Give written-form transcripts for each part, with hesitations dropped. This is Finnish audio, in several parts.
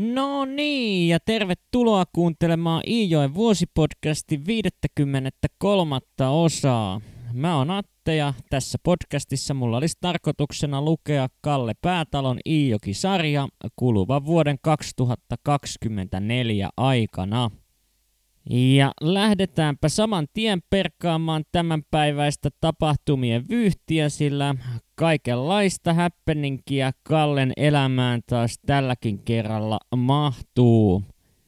No niin, ja tervetuloa kuuntelemaan Iijoen vuosipodcastin 53. osaa. Mä oon Atte ja tässä podcastissa mulla olisi tarkoituksena lukea Kalle Päätalon Iijoki-sarja kuluvan vuoden 2024 aikana. Ja lähdetäänpä saman tien perkaamaan tämänpäiväistä tapahtumien vyyhtiä, sillä kaikenlaista happeningia Kallen elämään taas tälläkin kerralla mahtuu.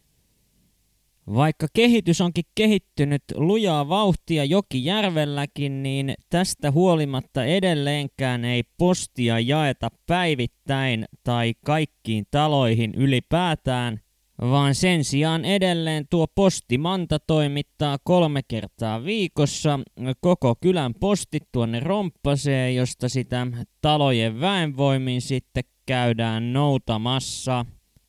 Vaikka kehitys onkin kehittynyt lujaa vauhtia Jokijärvelläkin, niin tästä huolimatta edelleenkään ei postia jaeta päivittäin tai kaikkiin taloihin ylipäätään, vaan sen sijaan edelleen tuo postimanta toimittaa 3 kertaa viikossa koko kylän postit tuonne Romppaseen, josta sitä talojen väenvoimin sitten käydään noutamassa.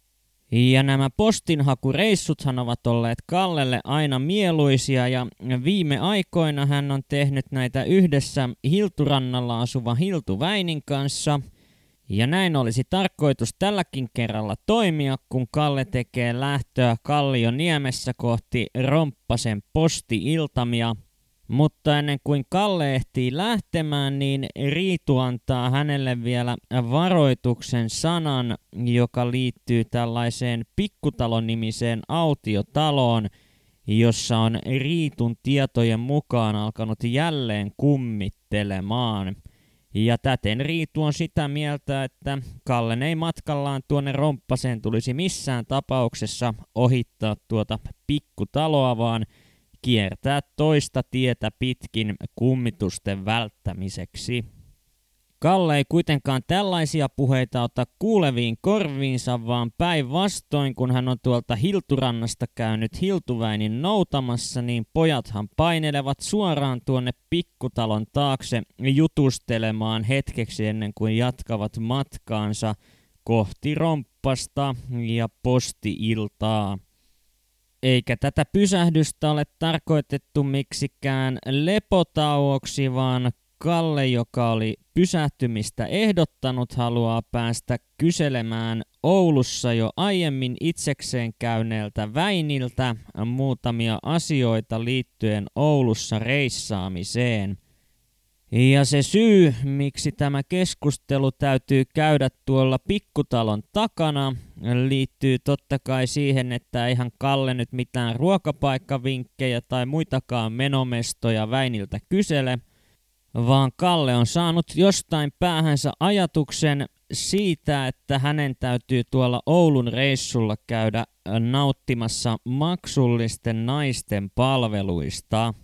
Ja nämä postinhakureissuthan ovat olleet Kallelle aina mieluisia ja viime aikoina hän on tehnyt näitä yhdessä Hilturannalla asuva Hiltu Väinin kanssa. Ja näin olisi tarkoitus tälläkin kerralla toimia, kun Kalle tekee lähtöä Kallioniemessä kohti Romppasen posti-iltamia. Mutta ennen kuin Kalle ehtii lähtemään, niin Riitu antaa hänelle vielä varoituksen sanan, joka liittyy tällaiseen Pikkutalon-nimiseen autiotaloon, jossa on Riitun tietojen mukaan alkanut jälleen kummittelemaan. Ja täten Riitu on sitä mieltä, että Kallen ei matkallaan tuonne Romppaseen tulisi missään tapauksessa ohittaa tuota pikkutaloa, vaan kiertää toista tietä pitkin kummitusten välttämiseksi. Kalle ei kuitenkaan tällaisia puheita ota kuuleviin korviinsa, vaan päinvastoin, kun hän on tuolta Hilturannasta käynyt Hiltuväinin noutamassa, niin pojathan painelevat suoraan tuonne pikkutalon taakse jutustelemaan hetkeksi ennen kuin jatkavat matkaansa kohti Romppasta ja posti-iltaa. Eikä tätä pysähdystä ole tarkoitettu miksikään lepotauoksi, vaan Kalle, joka oli pysähtymistä ehdottanut, haluaa päästä kyselemään Oulussa jo aiemmin itsekseen käyneeltä Väiniltä muutamia asioita liittyen Oulussa reissaamiseen. Ja se syy, miksi tämä keskustelu täytyy käydä tuolla pikkutalon takana, liittyy totta kai siihen, että eihän Kalle nyt mitään ruokapaikkavinkkejä tai muitakaan menomestoja Väiniltä kysele, vaan Kalle on saanut jostain päähänsä ajatuksen siitä, että hänen täytyy tuolla Oulun reissulla käydä nauttimassa maksullisten naisten palveluista.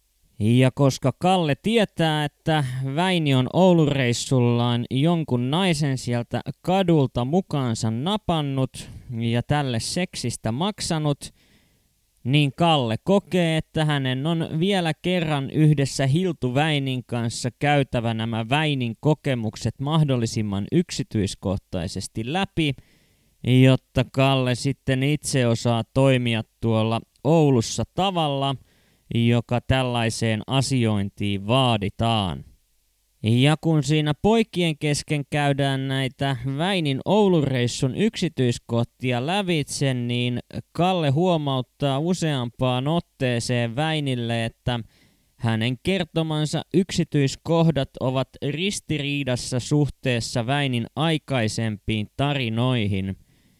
Ja koska Kalle tietää, että Väini on Oulun reissullaan jonkun naisen sieltä kadulta mukaansa napannut ja tälle seksistä maksanut, niin Kalle kokee, että hänen on vielä kerran yhdessä Hiltu Väinin kanssa käytävä nämä Väinin kokemukset mahdollisimman yksityiskohtaisesti läpi, jotta Kalle sitten itse osaa toimia tuolla Oulussa tavalla, joka tällaiseen asiointiin vaaditaan. Ja kun siinä poikien kesken käydään näitä Väinin Oulun-reissun yksityiskohtia lävitse, niin Kalle huomauttaa useampaan otteeseen Väinille, että hänen kertomansa yksityiskohdat ovat ristiriidassa suhteessa Väinin aikaisempiin tarinoihin.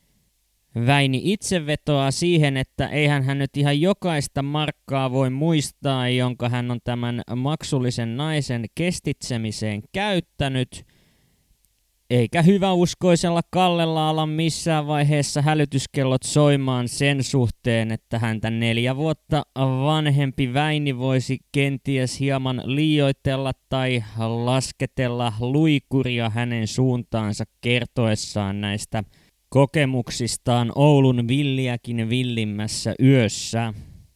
Väini itse vetoaa siihen, että eihän hän nyt ihan jokaista markkaa voi muistaa, jonka hän on tämän maksullisen naisen kestitsemiseen käyttänyt, eikä hyväuskoisella Kallella ala missään vaiheessa hälytyskellot soimaan sen suhteen, että häntä 4 vuotta vanhempi Väini voisi kenties hieman liioitella tai lasketella luikuria hänen suuntaansa kertoessaan näistä kokemuksistaan Oulun villiäkin villimmässä yössä.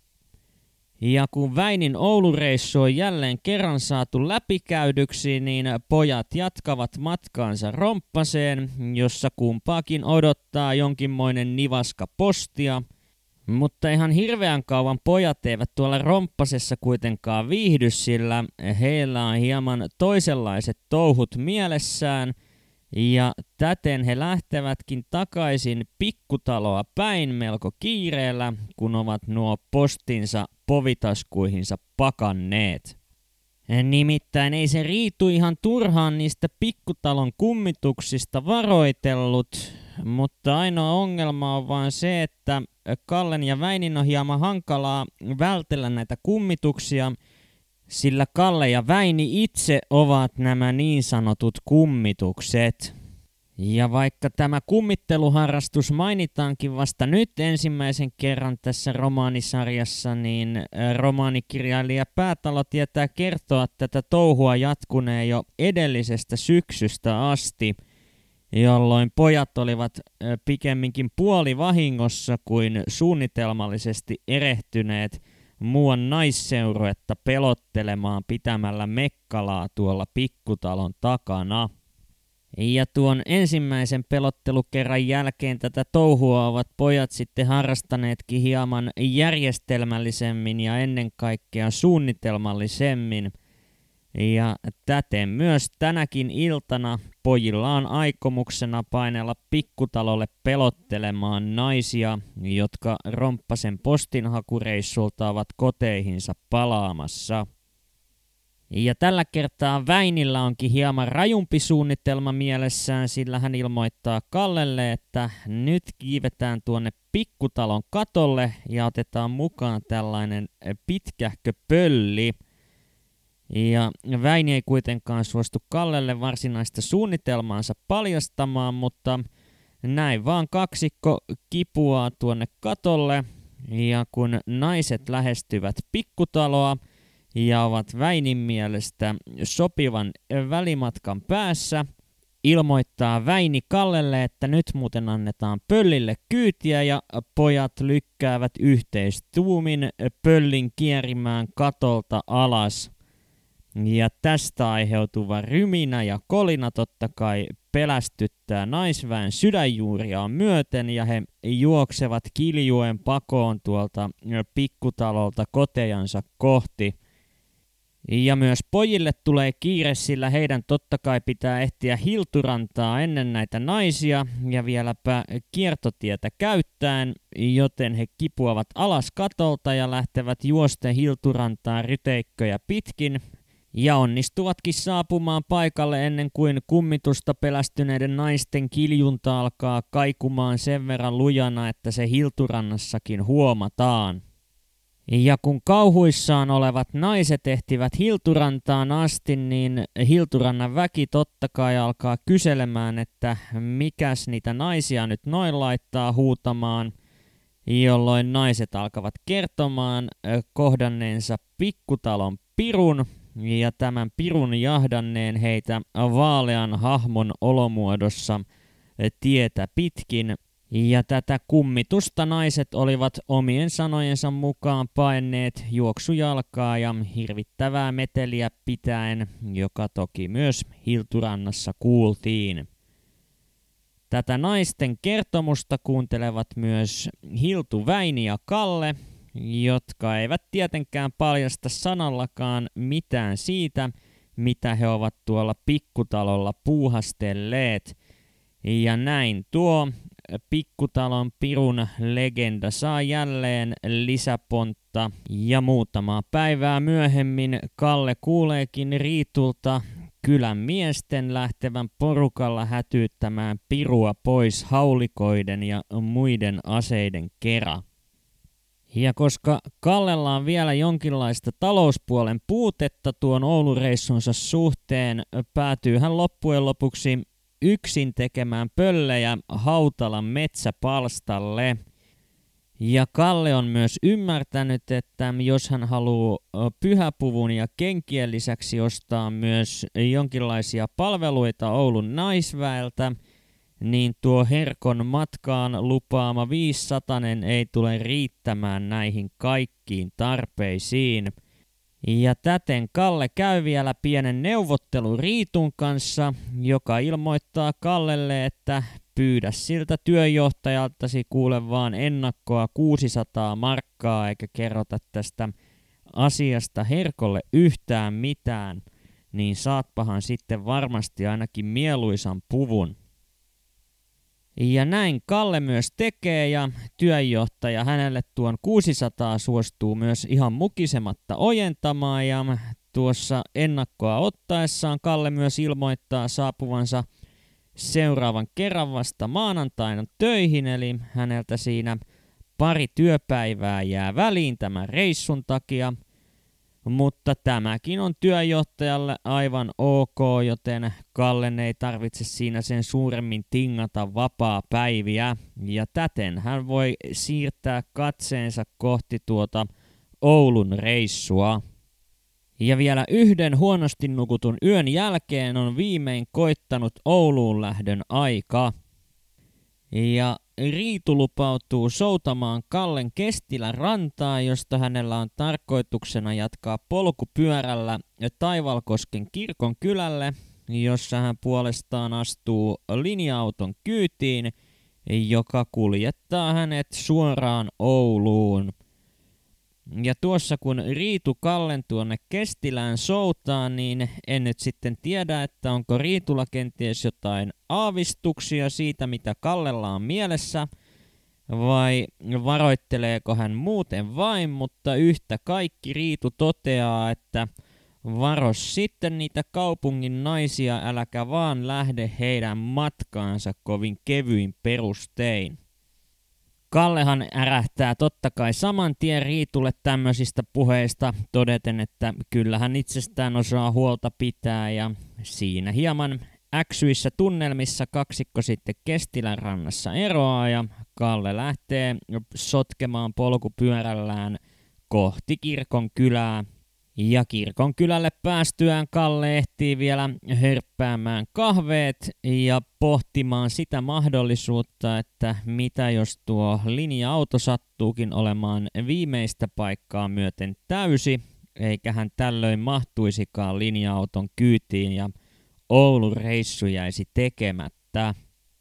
Ja kun Väinin Oulureissu on jälleen kerran saatu läpikäydyksi, niin pojat jatkavat matkaansa Romppaseen, jossa kumpaakin odottaa jonkinmoinen nivaska postia. Mutta ihan hirveän kauan pojat eivät tuolla Romppasessa kuitenkaan viihdy, sillä heillä on hieman toisenlaiset touhut mielessään. Ja täten he lähtevätkin takaisin Pikkutaloa päin melko kiireellä, kun ovat nuo postinsa povitaskuihinsa pakanneet. Nimittäin ei se Riitu ihan turhaan niistä Pikkutalon kummituksista varoitellut, mutta ainoa ongelma on vaan se, että Kallen ja Väinin on hieman hankalaa vältellä näitä kummituksia, sillä Kalle ja Väini itse ovat nämä niin sanotut kummitukset. Ja vaikka tämä kummitteluharrastus mainitaankin vasta nyt ensimmäisen kerran tässä romaanisarjassa, niin romaanikirjailija Päätalo tietää kertoa tätä touhua jatkuneen jo edellisestä syksystä asti, jolloin pojat olivat pikemminkin puolivahingossa kuin suunnitelmallisesti erehtyneet muuan naisseuruetta pelottelemaan pitämällä mekkalaa tuolla Pikkutalon takana. Ja tuon ensimmäisen pelottelukerran jälkeen tätä touhua ovat pojat sitten harrastaneetkin hieman järjestelmällisemmin ja ennen kaikkea suunnitelmallisemmin. Ja täten myös tänäkin iltana pojilla on aikomuksena painella Pikkutalolle pelottelemaan naisia, jotka Romppasen postinhakureissulta ovat koteihinsa palaamassa. Ja tällä kertaa Väinillä onkin hieman rajumpi suunnitelma mielessään, sillä hän ilmoittaa Kallelle, että nyt kiivetään tuonne Pikkutalon katolle ja otetaan mukaan tällainen pitkähkö pölli. Ja Väini ei kuitenkaan suostu Kallelle varsinaista suunnitelmaansa paljastamaan, mutta näin vaan kaksikko kipuaa tuonne katolle, ja kun naiset lähestyvät Pikkutaloa ja ovat Väinin mielestä sopivan välimatkan päässä, ilmoittaa Väini Kallelle, että nyt muuten annetaan pöllille kyytiä, ja pojat lykkäävät yhteistuumin pöllin kierimään katolta alas. Ja tästä aiheutuva ryminä ja kolina totta kai pelästyttää naisväen sydänjuuria myöten, ja he juoksevat kiljuen pakoon tuolta Pikkutalolta kotejansa kohti. Ja myös pojille tulee kiire, sillä heidän totta kai pitää ehtiä Hilturantaa ennen näitä naisia ja vieläpä kiertotietä käyttäen, joten he kipuavat alas katolta ja lähtevät juosten Hilturantaa ryteikköjä pitkin. Ja onnistuvatkin saapumaan paikalle ennen kuin kummitusta pelästyneiden naisten kiljunta alkaa kaikumaan sen verran lujana, että se Hilturannassakin huomataan. Ja kun kauhuissaan olevat naiset ehtivät Hilturantaan asti, niin Hilturannan väki totta kai alkaa kyselemään, että mikäs niitä naisia nyt noin laittaa huutamaan, jolloin naiset alkavat kertomaan kohdanneensa Pikkutalon pirun, ja tämän pirun jahdanneen heitä vaalean hahmon olomuodossa tietä pitkin. Ja tätä kummitusta naiset olivat omien sanojensa mukaan paenneet juoksujalkaa ja hirvittävää meteliä pitäen, joka toki myös Hilturannassa kuultiin. Tätä naisten kertomusta kuuntelevat myös Hiltu, Väini ja Kalle, jotka eivät tietenkään paljasta sanallakaan mitään siitä, mitä he ovat tuolla Pikkutalolla puuhastelleet. Ja näin tuo Pikkutalon pirun legenda saa jälleen lisäpontta, ja muutamaa päivää myöhemmin Kalle kuuleekin Riitulta kylän miesten lähtevän porukalla hätyyttämään pirua pois haulikoiden ja muiden aseiden kera. Ja koska Kallella on vielä jonkinlaista talouspuolen puutetta tuon Oulureissunsa suhteen, päätyy hän loppujen lopuksi yksin tekemään pöllejä Hautalan metsäpalstalle. Ja Kalle on myös ymmärtänyt, että jos hän haluaa pyhäpuvun ja kenkien lisäksi ostaa myös jonkinlaisia palveluita Oulun naisväeltä, niin tuo Herkon matkaan lupaama 500 ei tule riittämään näihin kaikkiin tarpeisiin. Ja täten Kalle käy vielä pienen neuvottelun Riitun kanssa, joka ilmoittaa Kallelle, että pyydä siltä työjohtajaltasi kuule vaan ennakkoa 600 markkaa eikä kerrota tästä asiasta Herkolle yhtään mitään. niin saatpahan sitten varmasti ainakin mieluisan puvun. Ja näin Kalle myös tekee ja työnjohtaja hänelle tuon 600 suostuu myös ihan mukisematta ojentamaan ja tuossa ennakkoa ottaessaan Kalle myös ilmoittaa saapuvansa seuraavan kerran vasta maanantaina töihin, eli häneltä siinä pari työpäivää jää väliin tämän reissun takia, mutta tämäkin on työjohtajalle aivan ok, joten Kallen ei tarvitse siinä sen suuremmin tingata vapaapäiviä, ja täten hän voi siirtää katseensa kohti tuota Oulun reissua. Ja vielä yhden huonosti nukutun yön jälkeen on viimein koittanut Ouluun lähdön aika. Ja Riitu lupautuu soutamaan Kallen Kestilän rantaa, josta hänellä on tarkoituksena jatkaa polkupyörällä Taivalkosken kirkon kylälle, jossa hän puolestaan astuu linja-auton kyytiin, joka kuljettaa hänet suoraan Ouluun. Ja tuossa kun Riitu Kallen tuonne Kestilään soutaa, niin en nyt sitten tiedä, että onko Riitulla kenties jotain aavistuksia siitä, mitä Kallella on mielessä, vai varoitteleeko hän muuten vain, mutta yhtä kaikki Riitu toteaa, että varos sitten niitä kaupungin naisia, äläkä vaan lähde heidän matkaansa kovin kevyin perustein. Kallehan ärähtää totta kai saman tien Riitulle tämmöisistä puheista todeten, että kyllä hän itsestään osaa huolta pitää, ja siinä hieman äksyissä tunnelmissa kaksikko sitten Kestilän rannassa eroaa ja Kalle lähtee sotkemaan polkupyörällään kohti kirkon kylää. Ja kirkon kylälle päästyään Kalle ehtii vielä hörppäämään kahveet ja pohtimaan sitä mahdollisuutta, että mitä jos tuo linja-auto sattuukin olemaan viimeistä paikkaa myöten täysi, eikä hän tällöin mahtuisikaan linja-auton kyytiin ja Oulun reissu jäisi tekemättä.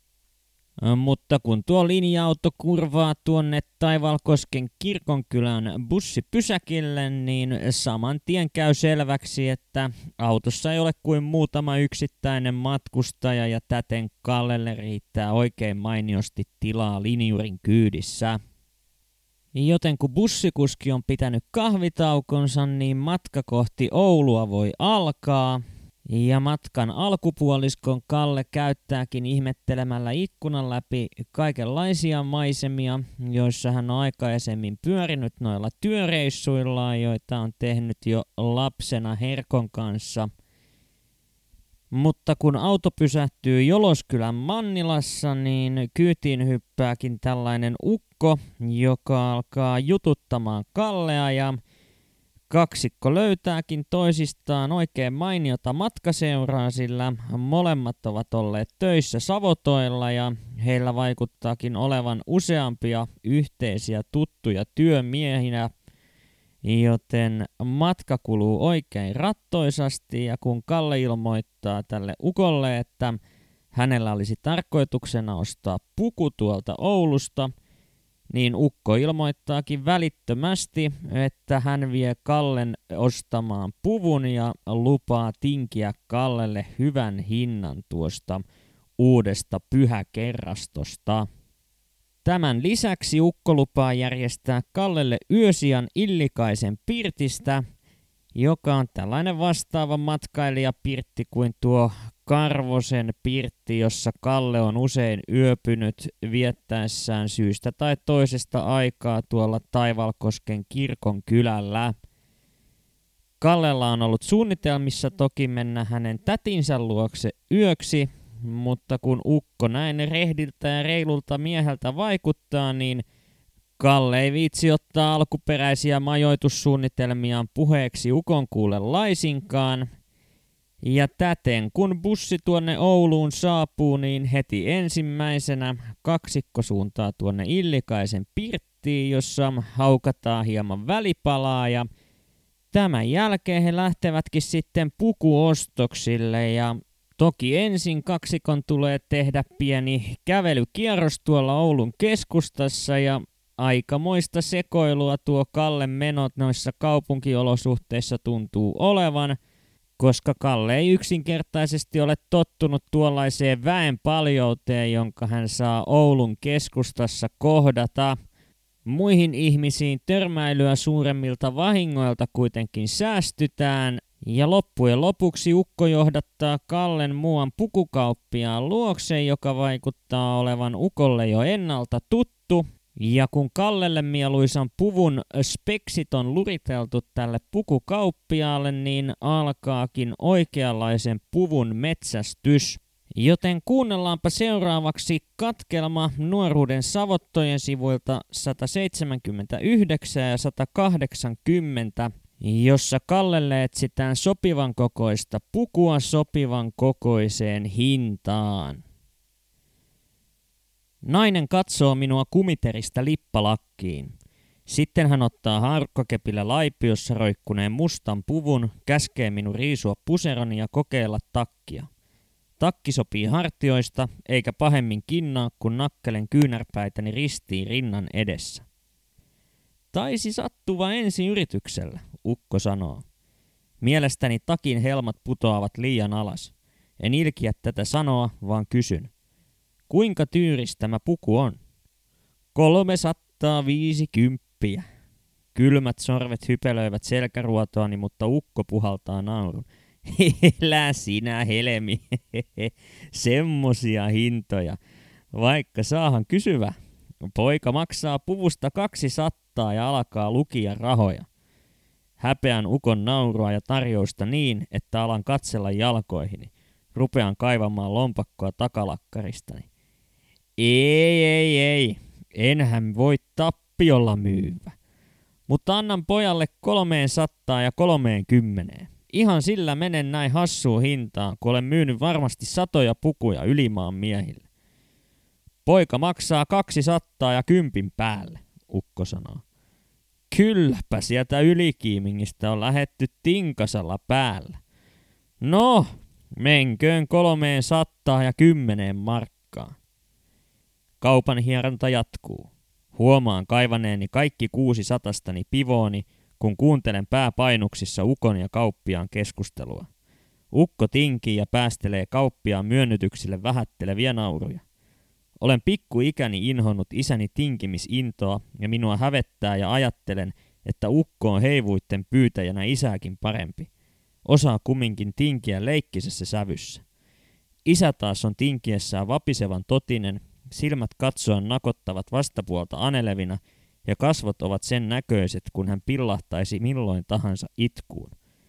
Mutta kun tuo linja-auto kurvaa tuonne Taivalkosken kirkonkylän bussipysäkille, niin saman tien käy selväksi, että autossa ei ole kuin muutama yksittäinen matkustaja ja täten Kallelle riittää oikein mainiosti tilaa linjurin kyydissä. Joten kun bussikuski on pitänyt kahvitaukonsa, niin matka kohti Oulua voi alkaa. Ja matkan alkupuoliskon Kalle käyttääkin ihmettelemällä ikkunan läpi kaikenlaisia maisemia, joissa hän on aikaisemmin pyörinyt noilla työreissuillaan, joita on tehnyt jo lapsena Herkon kanssa. Mutta kun auto pysähtyy Joloskylän Mannilassa, niin kyytiin hyppääkin tällainen ukko, joka alkaa jututtamaan Kallea ja kaksikko löytääkin toisistaan oikein mainiota matkaseuraa, sillä molemmat ovat olleet töissä Savotoilla ja heillä vaikuttaakin olevan useampia yhteisiä tuttuja työmiehinä, joten matka kuluu oikein rattoisasti ja kun Kalle ilmoittaa tälle ukolle, että hänellä olisi tarkoituksena ostaa puku tuolta Oulusta, niin ukko ilmoittaakin välittömästi, että hän vie Kallen ostamaan puvun ja lupaa tinkiä Kallelle hyvän hinnan tuosta uudesta pyhäkerrastosta. Tämän lisäksi ukko lupaa järjestää Kallelle yösijan Illikaisen pirtistä, joka on tällainen vastaava matkailijapirtti kuin tuo Karvosen pirtti, jossa Kalle on usein yöpynyt viettäessään syystä tai toisesta aikaa tuolla Taivalkosken kirkon kylällä. Kallella on ollut suunnitelmissa toki mennä hänen tätinsä luokse yöksi, mutta kun ukko näin rehdiltä ja reilulta mieheltä vaikuttaa, niin Kalle ei viitsi ottaa alkuperäisiä majoitussuunnitelmiaan puheeksi ukon kuulle laisinkaan. Ja täten kun bussi tuonne Ouluun saapuu, niin heti ensimmäisenä kaksikko suuntaa tuonne Illikaisen pirttiin, jossa haukataan hieman välipalaa ja tämän jälkeen he lähtevätkin sitten pukuostoksille ja toki ensin kaksikon tulee tehdä pieni kävelykierros tuolla Oulun keskustassa ja aikamoista sekoilua tuo Kallen menot noissa kaupunkiolosuhteissa tuntuu olevan, koska Kalle ei yksinkertaisesti ole tottunut tuollaiseen väenpaljouteen, jonka hän saa Oulun keskustassa kohdata. Muihin ihmisiin törmäilyä suuremmilta vahingoilta kuitenkin säästytään, ja loppujen lopuksi ukko johdattaa Kallen muuan pukukauppiaan luokse, joka vaikuttaa olevan ukolle jo ennalta tuttu. Ja kun Kallelle mieluisan puvun speksit on luriteltu tälle pukukauppiaalle, niin alkaakin oikeanlaisen puvun metsästys. Joten kuunnellaanpa seuraavaksi katkelma nuoruuden savottojen sivuilta 179 ja 180, jossa Kallelle etsitään sopivan kokoista pukua sopivan kokoiseen hintaan. Nainen katsoo minua kumiteristä lippalakkiin. Sitten hän ottaa haarukkakepillä laipiossa roikkuneen mustan puvun, käskee minun riisua puseroni ja kokeilla takkia. Takki sopii hartioista, eikä pahemmin kinnaa, kun nakkelen kyynärpäitäni ristiin rinnan edessä. Taisi sattuva ensi yrityksellä, ukko sanoo. Mielestäni takin helmat putoavat liian alas. En ilkiä tätä sanoa, vaan kysyn. Kuinka tyyris tämä puku on? 350. Kylmät sorvet hypelöivät selkäruotoani, mutta ukko puhaltaa naurun. Elä sinä helmi, semmosia hintoja. Vaikka saahan kysyvä. Poika maksaa puvusta 200 ja alkaa lukia rahoja. Häpeän ukon naurua ja tarjousta niin, että alan katsella jalkoihini. Rupean kaivamaan lompakkoa takalakkaristani. Ei, enhän voi tappiolla myyvä. Mutta annan pojalle 300 ja 30. Ihan sillä menen näin hassuun hintaan, kun olen myynyt varmasti satoja pukuja ylimaan miehille. Poika maksaa 200 ja 10 päälle, ukko sanoo. Kylläpä sieltä Ylikiimingistä on lähetty tinkasalla päällä. No, menköön 300 ja 10 markkaa. Kaupan hieronta jatkuu. Huomaan kaivaneeni kaikki 600-stani pivooni, kun kuuntelen pääpainuksissa ukon ja kauppiaan keskustelua. Ukko tinkii ja päästelee kauppiaan myönnytyksille vähätteleviä nauruja. Olen pikkuikäni inhonnut isäni tinkimisintoa ja minua hävettää ja ajattelen, että ukko on heivuitten pyytäjänä isääkin parempi. Osaa kumminkin tinkiä leikkisessä sävyssä. Isä taas on tinkiessään vapisevan totinen, silmät katsoen nakottavat vastapuolta anelevina ja kasvot ovat sen näköiset, kun hän pillahtaisi milloin tahansa itkuun.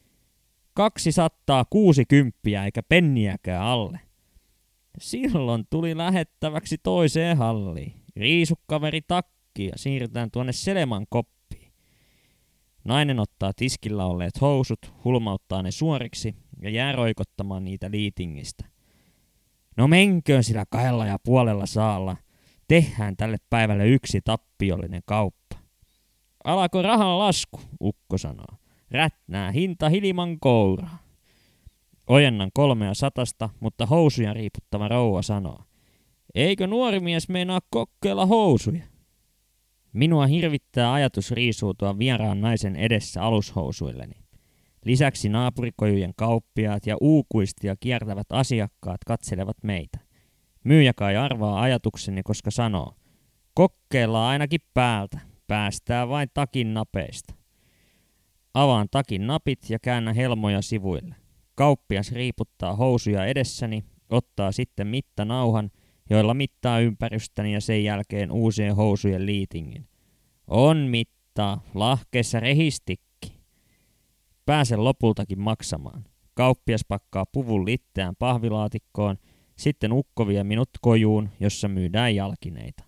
260 eikä penniäkään alle. Silloin tuli lähettäväksi toiseen halliin. Riisukkaveri takki ja siirrytään tuonne Seleman koppiin. Nainen ottaa tiskillä olleet housut, hulmauttaa ne suoriksi ja jää roikottamaan niitä liitingistä. No menköön sillä 2,5 saalla. Tehdään tälle päivälle yksi tappiollinen kauppa. Alako rahan lasku, ukko sanoo. Rätnää hinta hilman kouraa. Ojennan 300, mutta housuja riiputtava rouva sanoo. Eikö nuori mies meinaa kokeilla housuja? Minua hirvittää ajatus riisuutua vieraan naisen edessä alushousuilleni. Lisäksi naapurikojujen kauppiaat ja uukuistia kiertävät asiakkaat katselevat meitä. Myyjä kai arvaa ajatukseni, koska sanoo, kokeillaan ainakin päältä, päästään vain takin napeista. Avaan takin napit ja käännän helmoja sivuille. Kauppias riiputtaa housuja edessäni, ottaa sitten mittanauhan, joilla mittaa ympärystäni ja sen jälkeen uusien housujen liitingin. On mittaa, lahkeessa rehistikki. Pääsen lopultakin maksamaan. Kauppias pakkaa puvun litteään pahvilaatikkoon, sitten ukko vie minut kojuun, jossa myydään jalkineita.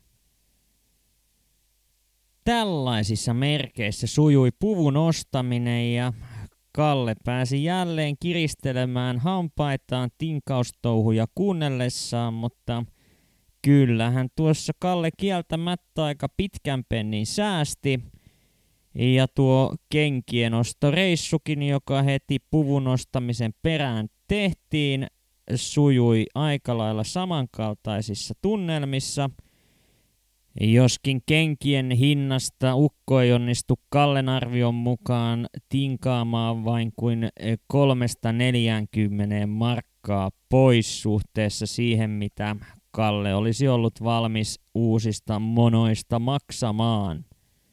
Tällaisissa merkeissä sujui puvun ostaminen ja Kalle pääsi jälleen kiristelemään hampaitaan tinkaustouhuja kuunnellessaan, mutta kyllähän tuossa Kalle kieltämättä aika pitkän pennin säästi. Ja tuo kenkien ostoreissukin, joka heti puvun ostamisen perään tehtiin, sujui aika lailla samankaltaisissa tunnelmissa. Joskin kenkien hinnasta ukko ei onnistu Kallen arvion mukaan tinkaamaan vain kuin 3-40 markkaa pois suhteessa siihen, mitä Kalle olisi ollut valmis uusista monoista maksamaan.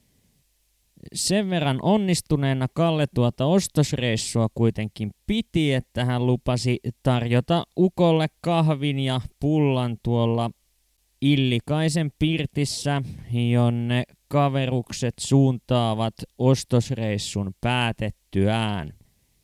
Sen verran onnistuneena Kalle tuota ostosreissua kuitenkin piti, että hän lupasi tarjota ukolle kahvin ja pullan tuolla Illikaisen pirtissä, jonne kaverukset suuntaavat ostosreissun päätettyään.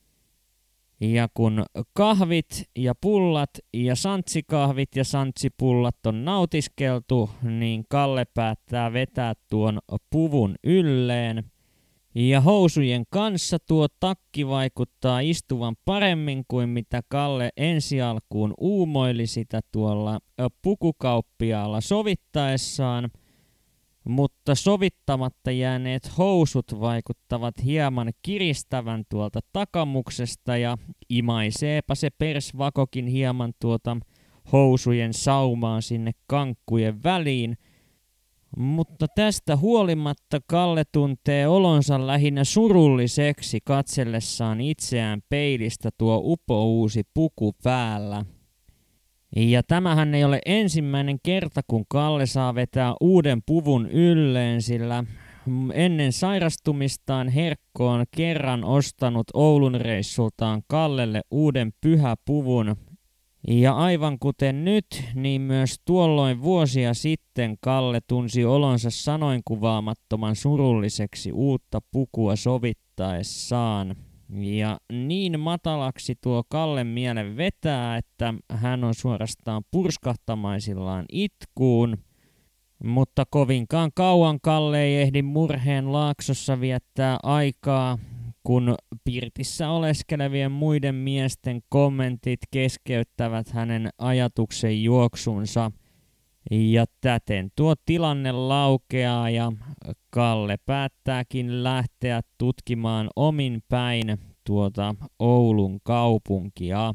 Ja kun kahvit ja pullat ja santsikahvit ja santsipullat on nautiskeltu, niin Kalle päättää vetää tuon puvun ylleen. Ja housujen kanssa tuo takki vaikuttaa istuvan paremmin kuin mitä Kalle ensi alkuun uumoili sitä tuolla pukukauppiaalla sovittaessaan. Mutta sovittamatta jääneet housut vaikuttavat hieman kiristävän tuolta takamuksesta ja imaiseepa se persvakokin hieman tuota housujen saumaa sinne kankkujen väliin. Mutta tästä huolimatta Kalle tuntee olonsa lähinnä surulliseksi katsellessaan itseään peilistä tuo upouusi puku päällä. Ja tämähän ei ole ensimmäinen kerta, kun Kalle saa vetää uuden puvun ylleen, sillä ennen sairastumistaan Herkko on kerran ostanut Oulun reissultaan Kallelle uuden pyhäpuvun. Ja aivan kuten nyt, niin myös tuolloin vuosia sitten Kalle tunsi olonsa sanoin kuvaamattoman surulliseksi uutta pukua sovittaessaan. Ja niin matalaksi tuo Kallen mielen vetää, että hän on suorastaan purskahtamaisillaan itkuun. Mutta kovinkaan kauan Kalle ei ehdi Murheen laaksossa viettää aikaa, kun pirtissä oleskelevien muiden miesten kommentit keskeyttävät hänen ajatuksen juoksunsa. Ja täten tuo tilanne laukeaa ja Kalle päättääkin lähteä tutkimaan omin päin tuota Oulun kaupunkia.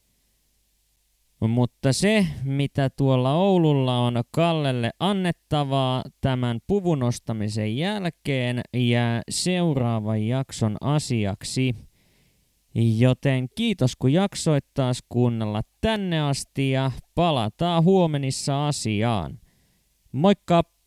Mutta se, mitä tuolla Oululla on Kallelle annettavaa tämän puvun ostamisen jälkeen, jää seuraavan jakson asiaksi. Joten kiitos kun jaksoit taas kuunnella tänne asti ja palataan huomenissa asiaan. Moikka!